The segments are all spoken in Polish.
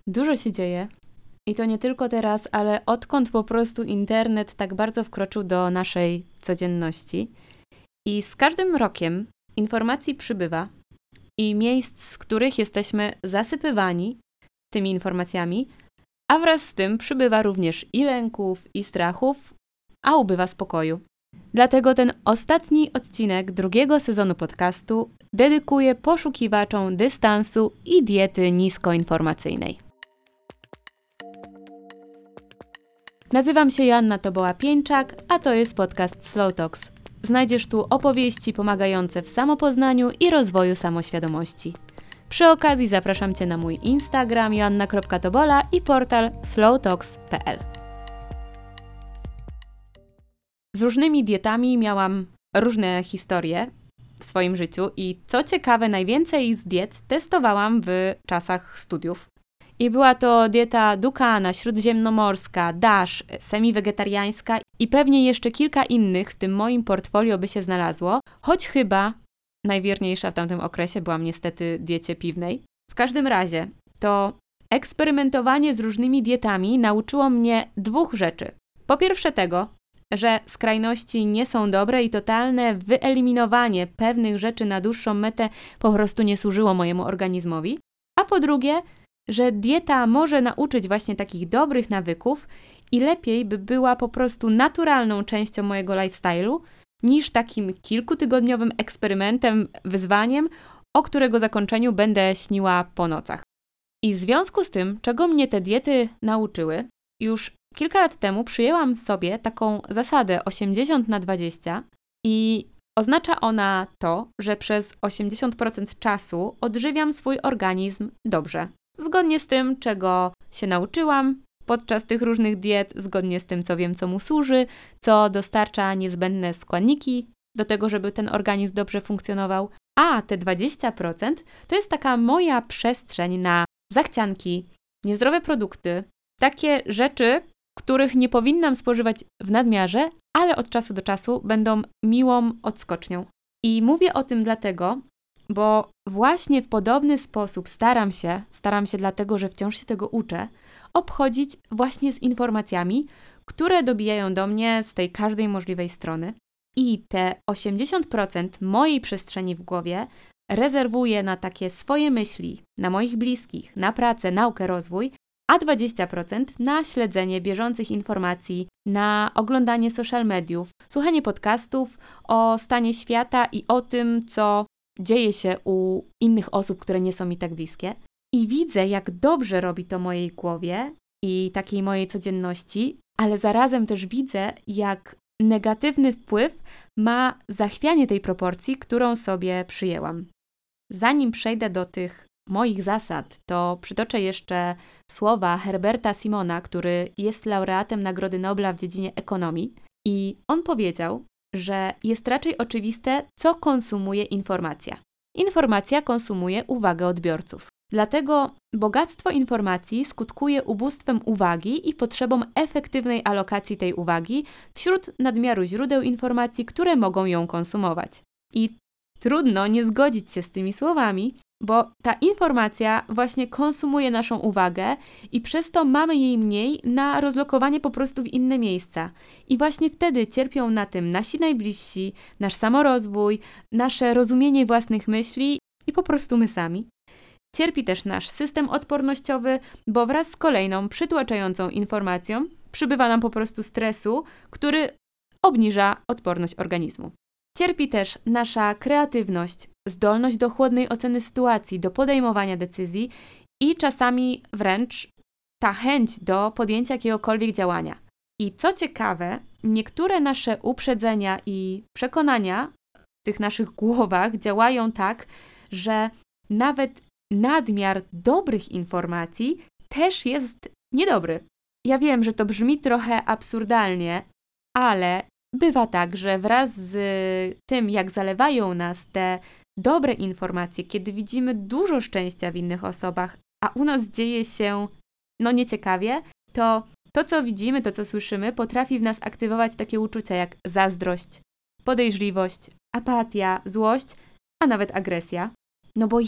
Dużo się dzieje i to nie tylko teraz, ale odkąd po prostu internet tak bardzo wkroczył do naszej codzienności. I z każdym rokiem informacji przybywa i miejsc, z których jesteśmy zasypywani tymi informacjami, a wraz z tym przybywa również i lęków, i strachów, a ubywa spokoju. Dlatego ten ostatni odcinek drugiego sezonu podcastu dedykuję poszukiwaczom dystansu i diety niskoinformacyjnej. Nazywam się Joanna Toboła-Pieńczak, a to jest podcast Slow Talks. Znajdziesz tu opowieści pomagające w samopoznaniu i rozwoju samoświadomości. Przy okazji zapraszam Cię na mój Instagram joanna.tobola i portal slowtalks.pl. Z różnymi dietami miałam różne historie w swoim życiu i co ciekawe, najwięcej z diet testowałam w czasach studiów. I była to dieta Dukana, śródziemnomorska, DASH, semi-wegetariańska i pewnie jeszcze kilka innych w tym moim portfolio by się znalazło, choć chyba najwierniejsza w tamtym okresie byłam niestety diecie piwnej. W każdym razie to eksperymentowanie z różnymi dietami nauczyło mnie dwóch rzeczy. Po pierwsze tego, że skrajności nie są dobre i totalne wyeliminowanie pewnych rzeczy na dłuższą metę po prostu nie służyło mojemu organizmowi. A po drugie, że dieta może nauczyć właśnie takich dobrych nawyków i lepiej by była po prostu naturalną częścią mojego lifestyle'u niż takim kilkutygodniowym eksperymentem, wyzwaniem, o którego zakończeniu będę śniła po nocach. I w związku z tym, czego mnie te diety nauczyły, już kilka lat temu przyjęłam sobie taką zasadę 80/20 i oznacza ona to, że przez 80% czasu odżywiam swój organizm dobrze. Zgodnie z tym, czego się nauczyłam podczas tych różnych diet, zgodnie z tym, co wiem, co mu służy, co dostarcza niezbędne składniki do tego, żeby ten organizm dobrze funkcjonował. A te 20% to jest taka moja przestrzeń na zachcianki, niezdrowe produkty, takie rzeczy, których nie powinnam spożywać w nadmiarze, ale od czasu do czasu będą miłą odskocznią. I mówię o tym dlatego, bo właśnie w podobny sposób staram się dlatego, że wciąż się tego uczę, obchodzić właśnie z informacjami, które dobijają do mnie z tej każdej możliwej strony. I te 80% mojej przestrzeni w głowie rezerwuję na takie swoje myśli, na moich bliskich, na pracę, naukę, rozwój, a 20% na śledzenie bieżących informacji, na oglądanie social mediów, słuchanie podcastów o stanie świata i o tym, co dzieje się u innych osób, które nie są mi tak bliskie. I widzę, jak dobrze robi to mojej głowie i takiej mojej codzienności, ale zarazem też widzę, jak negatywny wpływ ma zachwianie tej proporcji, którą sobie przyjęłam. Zanim przejdę do tych moich zasad, to przytoczę jeszcze słowa Herberta Simona, który jest laureatem Nagrody Nobla w dziedzinie ekonomii. I on powiedział, że jest raczej oczywiste, co konsumuje informacja. Informacja konsumuje uwagę odbiorców. Dlatego bogactwo informacji skutkuje ubóstwem uwagi i potrzebą efektywnej alokacji tej uwagi wśród nadmiaru źródeł informacji, które mogą ją konsumować. I trudno nie zgodzić się z tymi słowami, bo ta informacja właśnie konsumuje naszą uwagę i przez to mamy jej mniej na rozlokowanie po prostu w inne miejsca. I właśnie wtedy cierpią na tym nasi najbliżsi, nasz samorozwój, nasze rozumienie własnych myśli i po prostu my sami. Cierpi też nasz system odpornościowy, bo wraz z kolejną przytłaczającą informacją przybywa nam po prostu stresu, który obniża odporność organizmu. Cierpi też nasza kreatywność, zdolność do chłodnej oceny sytuacji, do podejmowania decyzji i czasami wręcz ta chęć do podjęcia jakiegokolwiek działania. I co ciekawe, niektóre nasze uprzedzenia i przekonania w tych naszych głowach działają tak, że nawet nadmiar dobrych informacji też jest niedobry. Ja wiem, że to brzmi trochę absurdalnie, ale bywa tak, że wraz z tym, jak zalewają nas te dobre informacje, kiedy widzimy dużo szczęścia w innych osobach, a u nas dzieje się nieciekawie, to, co widzimy, to, co słyszymy, potrafi w nas aktywować takie uczucia jak zazdrość, podejrzliwość, apatia, złość, a nawet agresja. No bo jak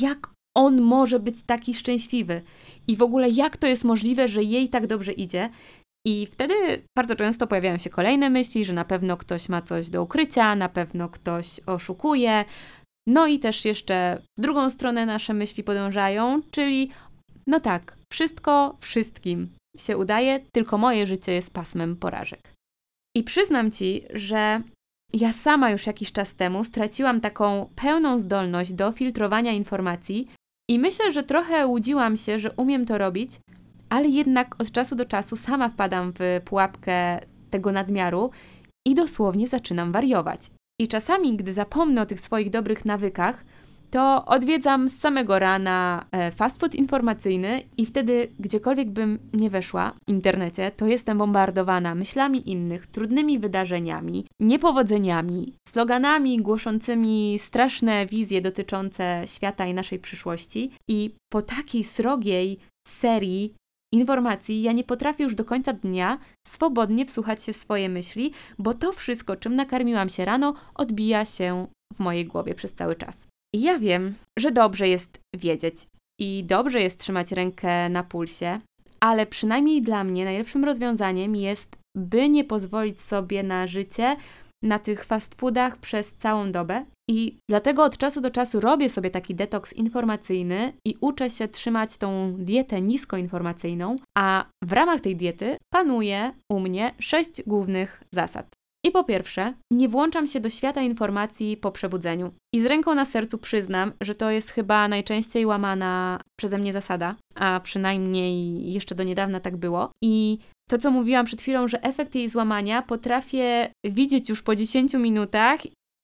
on może być taki szczęśliwy i w ogóle jak to jest możliwe, że jej tak dobrze idzie. I wtedy bardzo często pojawiają się kolejne myśli, że na pewno ktoś ma coś do ukrycia, na pewno ktoś oszukuje. No i też jeszcze w drugą stronę nasze myśli podążają, czyli no tak, wszystko wszystkim się udaje, tylko moje życie jest pasmem porażek. I przyznam Ci, że ja sama już jakiś czas temu straciłam taką pełną zdolność do filtrowania informacji i myślę, że trochę łudziłam się, że umiem to robić, ale jednak od czasu do czasu sama wpadam w pułapkę tego nadmiaru i dosłownie zaczynam wariować. I czasami, gdy zapomnę o tych swoich dobrych nawykach, to odwiedzam z samego rana fast food informacyjny i wtedy gdziekolwiek bym nie weszła w internecie, to jestem bombardowana myślami innych, trudnymi wydarzeniami, niepowodzeniami, sloganami głoszącymi straszne wizje dotyczące świata i naszej przyszłości. I po takiej srogiej serii informacji ja nie potrafię już do końca dnia swobodnie wsłuchać się w swoje myśli, bo to wszystko, czym nakarmiłam się rano, odbija się w mojej głowie przez cały czas. I ja wiem, że dobrze jest wiedzieć i dobrze jest trzymać rękę na pulsie, ale przynajmniej dla mnie najlepszym rozwiązaniem jest, by nie pozwolić sobie na życie na tych fast foodach przez całą dobę. I dlatego od czasu do czasu robię sobie taki detoks informacyjny i uczę się trzymać tą dietę niskoinformacyjną, a w ramach tej diety panuje u mnie 6 głównych zasad. I po pierwsze, nie włączam się do świata informacji po przebudzeniu. I z ręką na sercu przyznam, że to jest chyba najczęściej łamana przeze mnie zasada, a przynajmniej jeszcze do niedawna tak było. I to, co mówiłam przed chwilą, że efekt jej złamania potrafię widzieć już po 10 minutach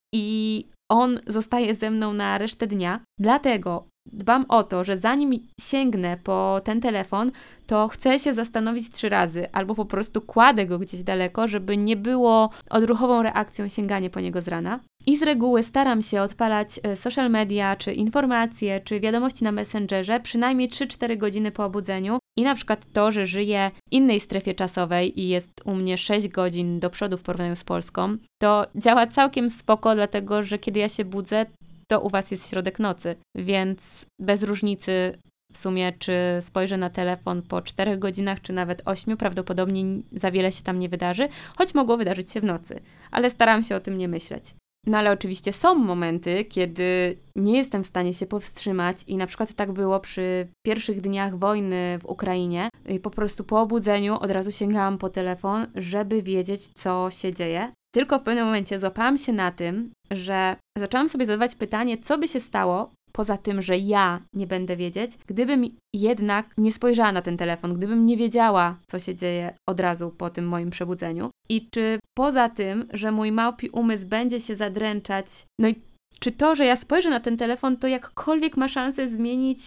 i on zostaje ze mną na resztę dnia. Dlatego dbam o to, że zanim sięgnę po ten telefon, to chcę się zastanowić 3 razy, albo po prostu kładę go gdzieś daleko, żeby nie było odruchową reakcją sięganie po niego z rana. I z reguły staram się odpalać social media, czy informacje, czy wiadomości na Messengerze przynajmniej 3-4 godziny po obudzeniu. I na przykład to, że żyję w innej strefie czasowej i jest u mnie 6 godzin do przodu w porównaniu z Polską, to działa całkiem spoko, dlatego że kiedy ja się budzę, to u Was jest środek nocy, więc bez różnicy w sumie, czy spojrzę na telefon po 4 godzinach, czy nawet 8, prawdopodobnie za wiele się tam nie wydarzy, choć mogło wydarzyć się w nocy, ale staram się o tym nie myśleć. No ale oczywiście są momenty, kiedy nie jestem w stanie się powstrzymać i na przykład tak było przy pierwszych dniach wojny w Ukrainie i po prostu po obudzeniu od razu sięgałam po telefon, żeby wiedzieć, co się dzieje. Tylko w pewnym momencie złapałam się na tym, że zaczęłam sobie zadawać pytanie, co by się stało, poza tym, że ja nie będę wiedzieć, gdybym jednak nie spojrzała na ten telefon, gdybym nie wiedziała, co się dzieje od razu po tym moim przebudzeniu. I czy poza tym, że mój małpi umysł będzie się zadręczać, no i czy to, że ja spojrzę na ten telefon, to jakkolwiek ma szansę zmienić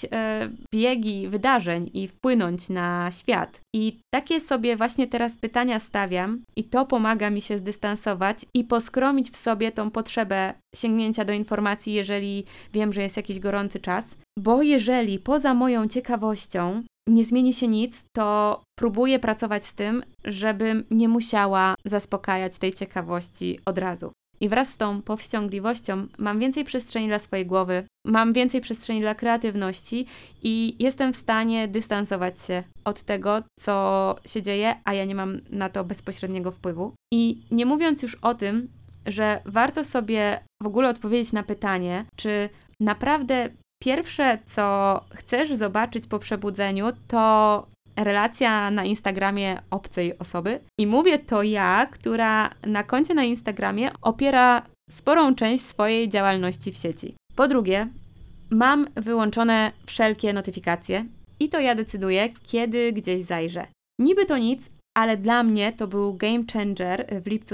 biegi wydarzeń i wpłynąć na świat? I takie sobie właśnie teraz pytania stawiam i to pomaga mi się zdystansować i poskromić w sobie tą potrzebę sięgnięcia do informacji, jeżeli wiem, że jest jakiś gorący czas. Bo jeżeli poza moją ciekawością nie zmieni się nic, to próbuję pracować z tym, żebym nie musiała zaspokajać tej ciekawości od razu. I wraz z tą powściągliwością mam więcej przestrzeni dla swojej głowy, mam więcej przestrzeni dla kreatywności i jestem w stanie dystansować się od tego, co się dzieje, a ja nie mam na to bezpośredniego wpływu. I nie mówiąc już o tym, że warto sobie w ogóle odpowiedzieć na pytanie, czy naprawdę pierwsze, co chcesz zobaczyć po przebudzeniu, to relacja na Instagramie obcej osoby. I mówię to ja, która na koncie na Instagramie opiera sporą część swojej działalności w sieci. Po drugie, mam wyłączone wszelkie notyfikacje i to ja decyduję, kiedy gdzieś zajrzę. Niby to nic, ale dla mnie to był game changer w lipcu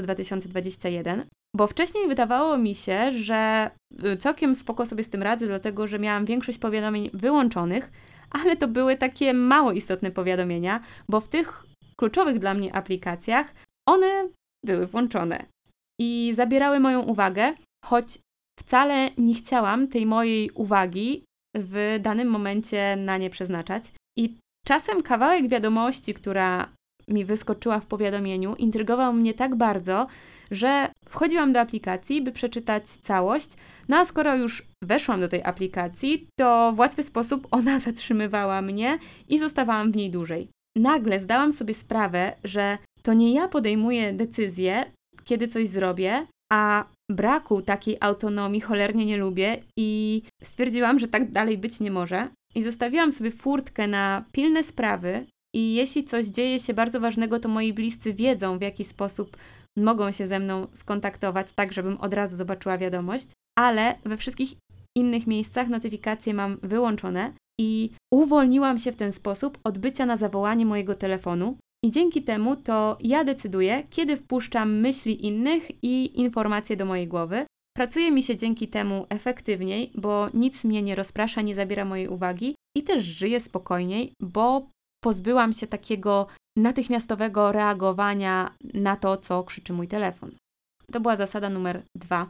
2021, bo wcześniej wydawało mi się, że całkiem spoko sobie z tym radzę, dlatego że miałam większość powiadomień wyłączonych, ale to były takie mało istotne powiadomienia, bo w tych kluczowych dla mnie aplikacjach one były włączone i zabierały moją uwagę, choć wcale nie chciałam tej mojej uwagi w danym momencie na nie przeznaczać. I czasem kawałek wiadomości, która mi wyskoczyła w powiadomieniu, intrygował mnie tak bardzo, że wchodziłam do aplikacji, by przeczytać całość. No a skoro już weszłam do tej aplikacji, to w łatwy sposób ona zatrzymywała mnie i zostawałam w niej dłużej. Nagle zdałam sobie sprawę, że to nie ja podejmuję decyzję, kiedy coś zrobię, a braku takiej autonomii cholernie nie lubię i stwierdziłam, że tak dalej być nie może. I zostawiłam sobie furtkę na pilne sprawy i jeśli coś dzieje się bardzo ważnego, to moi bliscy wiedzą, w jaki sposób mogą się ze mną skontaktować, tak żebym od razu zobaczyła wiadomość, ale we wszystkich innych miejscach notyfikacje mam wyłączone i uwolniłam się w ten sposób od bycia na zawołanie mojego telefonu i dzięki temu to ja decyduję, kiedy wpuszczam myśli innych i informacje do mojej głowy. Pracuje mi się dzięki temu efektywniej, bo nic mnie nie rozprasza, nie zabiera mojej uwagi i też żyję spokojniej, bo pozbyłam się takiego natychmiastowego reagowania na to, co krzyczy mój telefon. To była zasada numer 2.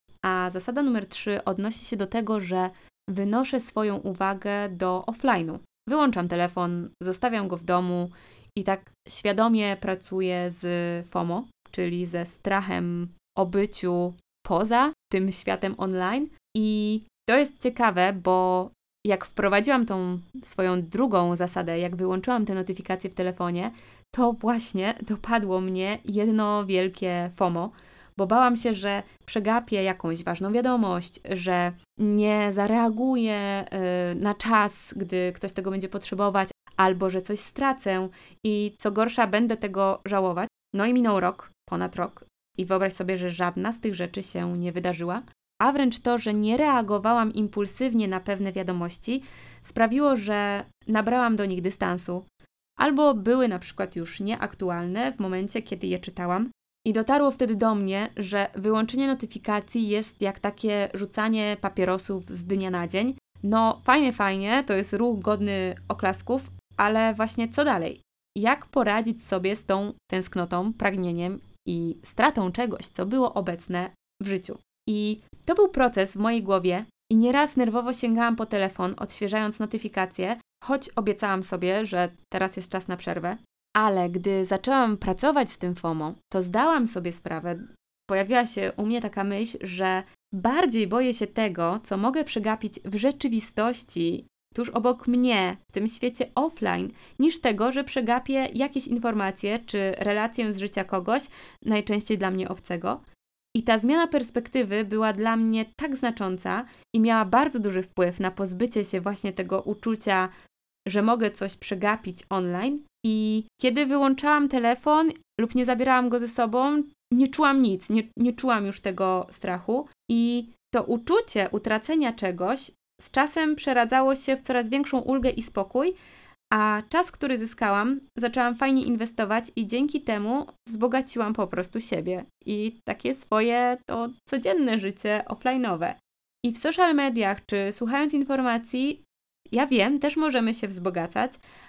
A zasada numer 3 odnosi się do tego, że wynoszę swoją uwagę do offline'u. Wyłączam telefon, zostawiam go w domu i tak świadomie pracuję z FOMO, czyli ze strachem o byciu poza tym światem online. I to jest ciekawe, bo jak wprowadziłam tą swoją drugą zasadę, jak wyłączyłam te notyfikacje w telefonie, to właśnie dopadło mnie jedno wielkie FOMO, bo bałam się, że przegapię jakąś ważną wiadomość, że nie zareaguję na czas, gdy ktoś tego będzie potrzebować, albo że coś stracę i co gorsza, będę tego żałować. No i minął rok, ponad rok i wyobraź sobie, że żadna z tych rzeczy się nie wydarzyła, a wręcz to, że nie reagowałam impulsywnie na pewne wiadomości, sprawiło, że nabrałam do nich dystansu, albo były na przykład już nieaktualne w momencie, kiedy je czytałam. I dotarło wtedy do mnie, że wyłączenie notyfikacji jest jak takie rzucanie papierosów z dnia na dzień. No fajnie, to jest ruch godny oklasków, ale właśnie co dalej? Jak poradzić sobie z tą tęsknotą, pragnieniem i stratą czegoś, co było obecne w życiu? I to był proces w mojej głowie i nieraz nerwowo sięgałam po telefon, odświeżając notyfikacje, choć obiecałam sobie, że teraz jest czas na przerwę. Ale gdy zaczęłam pracować z tym FOMO, to zdałam sobie sprawę, pojawiła się u mnie taka myśl, że bardziej boję się tego, co mogę przegapić w rzeczywistości, tuż obok mnie, w tym świecie offline, niż tego, że przegapię jakieś informacje czy relację z życia kogoś, najczęściej dla mnie obcego. I ta zmiana perspektywy była dla mnie tak znacząca i miała bardzo duży wpływ na pozbycie się właśnie tego uczucia, że mogę coś przegapić online. I kiedy wyłączałam telefon lub nie zabierałam go ze sobą, nie czułam nic, nie czułam już tego strachu. I to uczucie utracenia czegoś z czasem przeradzało się w coraz większą ulgę i spokój, a czas, który zyskałam, zaczęłam fajnie inwestować i dzięki temu wzbogaciłam po prostu siebie i takie swoje to codzienne życie offline'owe. I w social mediach, czy słuchając informacji, ja wiem, też możemy się wzbogacać,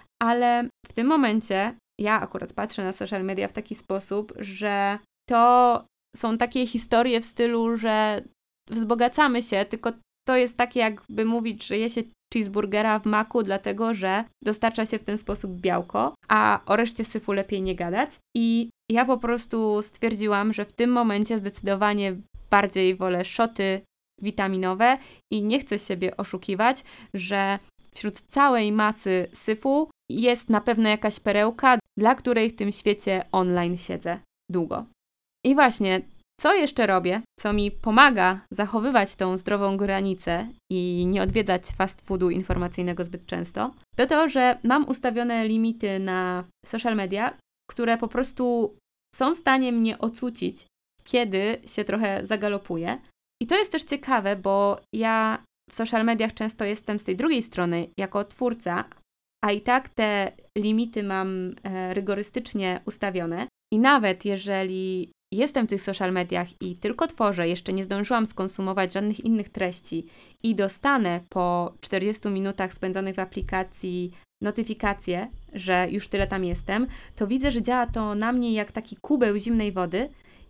ale w tym momencie ja akurat patrzę na social media w taki sposób, że to są takie historie w stylu, że wzbogacamy się, tylko to jest takie jakby mówić, że je się cheeseburgera w maku, dlatego że dostarcza się w ten sposób białko, a o reszcie syfu lepiej nie gadać. I ja po prostu stwierdziłam, że w tym momencie zdecydowanie bardziej wolę szoty witaminowe i nie chcę siebie oszukiwać, że wśród całej masy syfu jest na pewno jakaś perełka, dla której w tym świecie online siedzę długo. I właśnie, co jeszcze robię, co mi pomaga zachowywać tą zdrową granicę i nie odwiedzać fast foodu informacyjnego zbyt często, to to, że mam ustawione limity na social media, które po prostu są w stanie mnie ocucić, kiedy się trochę zagalopuję. I to jest też ciekawe, bo ja w social mediach często jestem z tej drugiej strony jako twórca, a i tak te limity mam rygorystycznie ustawione. I nawet jeżeli jestem w tych social mediach i tylko tworzę, jeszcze nie zdążyłam skonsumować żadnych innych treści i dostanę po 40 minutach spędzonych w aplikacji notyfikację, że już tyle tam jestem, to widzę, że działa to na mnie jak taki kubeł zimnej wody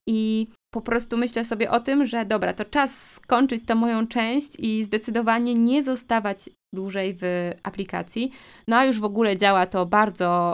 i po prostu myślę sobie o tym, że dobra, to czas skończyć tę moją część i zdecydowanie nie zostawać dłużej w aplikacji. No a już w ogóle działa to bardzo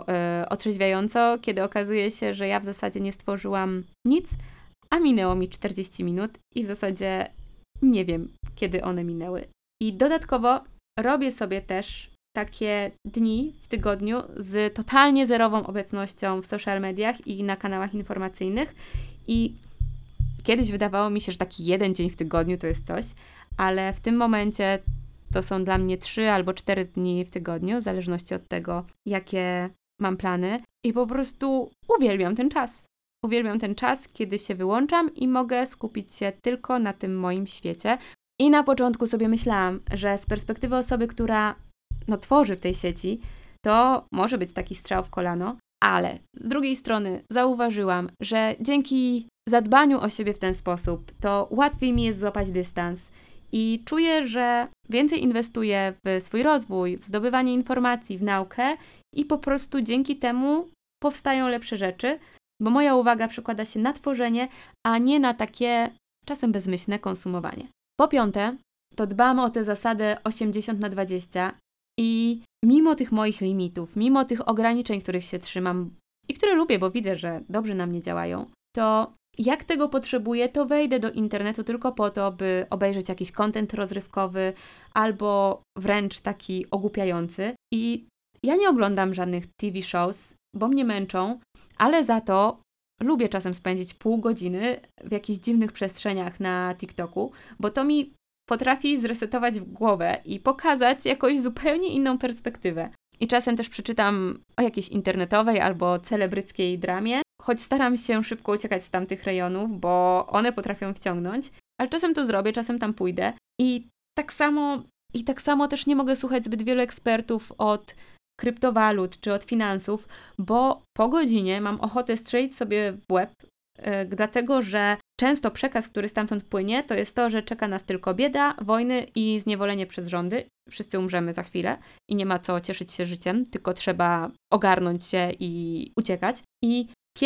otrzeźwiająco, kiedy okazuje się, że ja w zasadzie nie stworzyłam nic, a minęło mi 40 minut i w zasadzie nie wiem, kiedy one minęły. I dodatkowo robię sobie też takie dni w tygodniu z totalnie zerową obecnością w social mediach i na kanałach informacyjnych. I kiedyś wydawało mi się, że taki jeden dzień w tygodniu to jest coś, ale w tym momencie to są dla mnie 3 albo 4 dni w tygodniu, w zależności od tego, jakie mam plany. I po prostu uwielbiam ten czas. Uwielbiam ten czas, kiedy się wyłączam i mogę skupić się tylko na tym moim świecie. I na początku sobie myślałam, że z perspektywy osoby, która tworzy w tej sieci, to może być taki strzał w kolano, ale z drugiej strony zauważyłam, że dzięki zadbaniu o siebie w ten sposób, to łatwiej mi jest złapać dystans i czuję, że więcej inwestuję w swój rozwój, w zdobywanie informacji, w naukę i po prostu dzięki temu powstają lepsze rzeczy, bo moja uwaga przekłada się na tworzenie, a nie na takie czasem bezmyślne konsumowanie. Po piąte, to dbam o tę zasadę 80/20 i mimo tych moich limitów, mimo tych ograniczeń, których się trzymam i które lubię, bo widzę, że dobrze na mnie działają, to jak tego potrzebuję, to wejdę do internetu tylko po to, by obejrzeć jakiś content rozrywkowy albo wręcz taki ogłupiający. I ja nie oglądam żadnych TV shows, bo mnie męczą, ale za to lubię czasem spędzić pół godziny w jakichś dziwnych przestrzeniach na TikToku, bo to mi potrafi zresetować w głowę i pokazać jakąś zupełnie inną perspektywę. I czasem też przeczytam o jakiejś internetowej albo celebryckiej dramie, choć staram się szybko uciekać z tamtych rejonów, bo one potrafią wciągnąć, ale czasem to zrobię, czasem tam pójdę. I tak samo też nie mogę słuchać zbyt wielu ekspertów od kryptowalut czy od finansów, bo po godzinie mam ochotę strzelić sobie w łeb, dlatego że często przekaz, który stamtąd płynie, to jest to, że czeka nas tylko bieda, wojny i zniewolenie przez rządy. Wszyscy umrzemy za chwilę i nie ma co cieszyć się życiem, tylko trzeba ogarnąć się i uciekać. I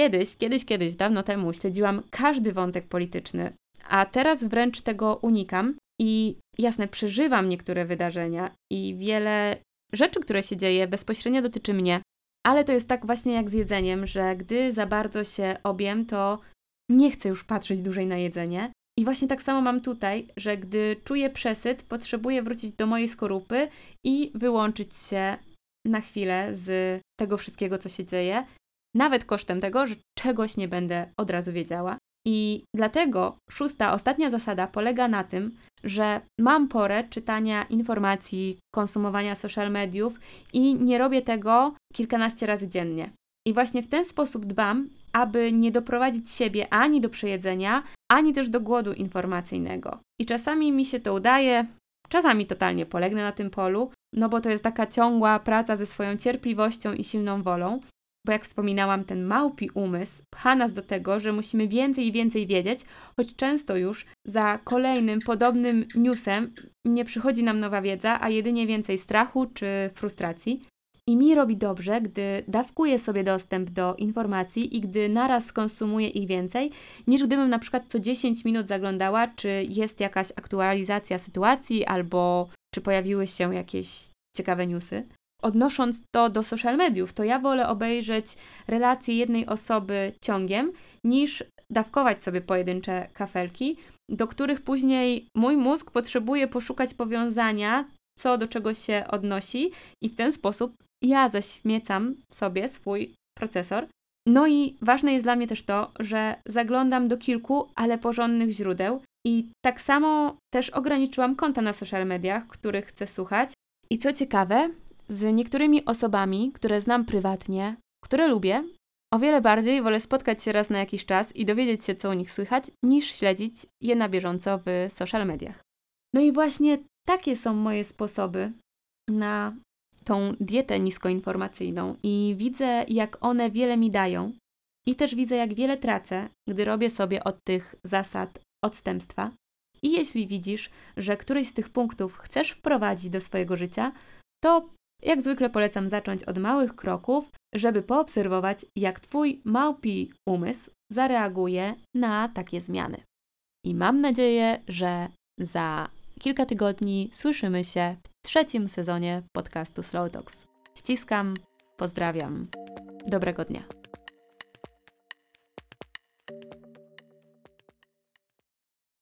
kiedyś, dawno temu śledziłam każdy wątek polityczny, a teraz wręcz tego unikam i jasne, przeżywam niektóre wydarzenia i wiele rzeczy, które się dzieje, bezpośrednio dotyczy mnie, ale to jest tak właśnie jak z jedzeniem, że gdy za bardzo się objem, to nie chcę już patrzeć dłużej na jedzenie. I właśnie tak samo mam tutaj, że gdy czuję przesyt, potrzebuję wrócić do mojej skorupy i wyłączyć się na chwilę z tego wszystkiego, co się dzieje, nawet kosztem tego, że czegoś nie będę od razu wiedziała. I dlatego 6., ostatnia zasada polega na tym, że mam porę czytania informacji, konsumowania social mediów i nie robię tego kilkanaście razy dziennie. I właśnie w ten sposób dbam, aby nie doprowadzić siebie ani do przejedzenia, ani też do głodu informacyjnego. I czasami mi się to udaje, czasami totalnie polegnę na tym polu, bo to jest taka ciągła praca ze swoją cierpliwością i silną wolą. Bo jak wspominałam, ten małpi umysł pcha nas do tego, że musimy więcej i więcej wiedzieć, choć często już za kolejnym podobnym newsem nie przychodzi nam nowa wiedza, a jedynie więcej strachu czy frustracji. I mi robi dobrze, gdy dawkuję sobie dostęp do informacji i gdy naraz skonsumuję ich więcej, niż gdybym na przykład co 10 minut zaglądała, czy jest jakaś aktualizacja sytuacji albo czy pojawiły się jakieś ciekawe newsy. Odnosząc to do social mediów, to ja wolę obejrzeć relacje jednej osoby ciągiem, niż dawkować sobie pojedyncze kafelki, do których później mój mózg potrzebuje poszukać powiązania, co do czego się odnosi i w ten sposób ja zaśmiecam sobie swój procesor. No i ważne jest dla mnie też to, że zaglądam do kilku, ale porządnych źródeł i tak samo też ograniczyłam konta na social mediach, których chcę słuchać. I co ciekawe, z niektórymi osobami, które znam prywatnie, które lubię, o wiele bardziej wolę spotkać się raz na jakiś czas i dowiedzieć się, co u nich słychać, niż śledzić je na bieżąco w social mediach. No i właśnie takie są moje sposoby na tą dietę niskoinformacyjną i widzę, jak one wiele mi dają i też widzę, jak wiele tracę, gdy robię sobie od tych zasad odstępstwa. I jeśli widzisz, że któryś z tych punktów chcesz wprowadzić do swojego życia, to jak zwykle polecam zacząć od małych kroków, żeby poobserwować, jak Twój małpi umysł zareaguje na takie zmiany. I mam nadzieję, że za kilka tygodni słyszymy się w 3. sezonie podcastu Slow Talks. Ściskam, pozdrawiam. Dobrego dnia.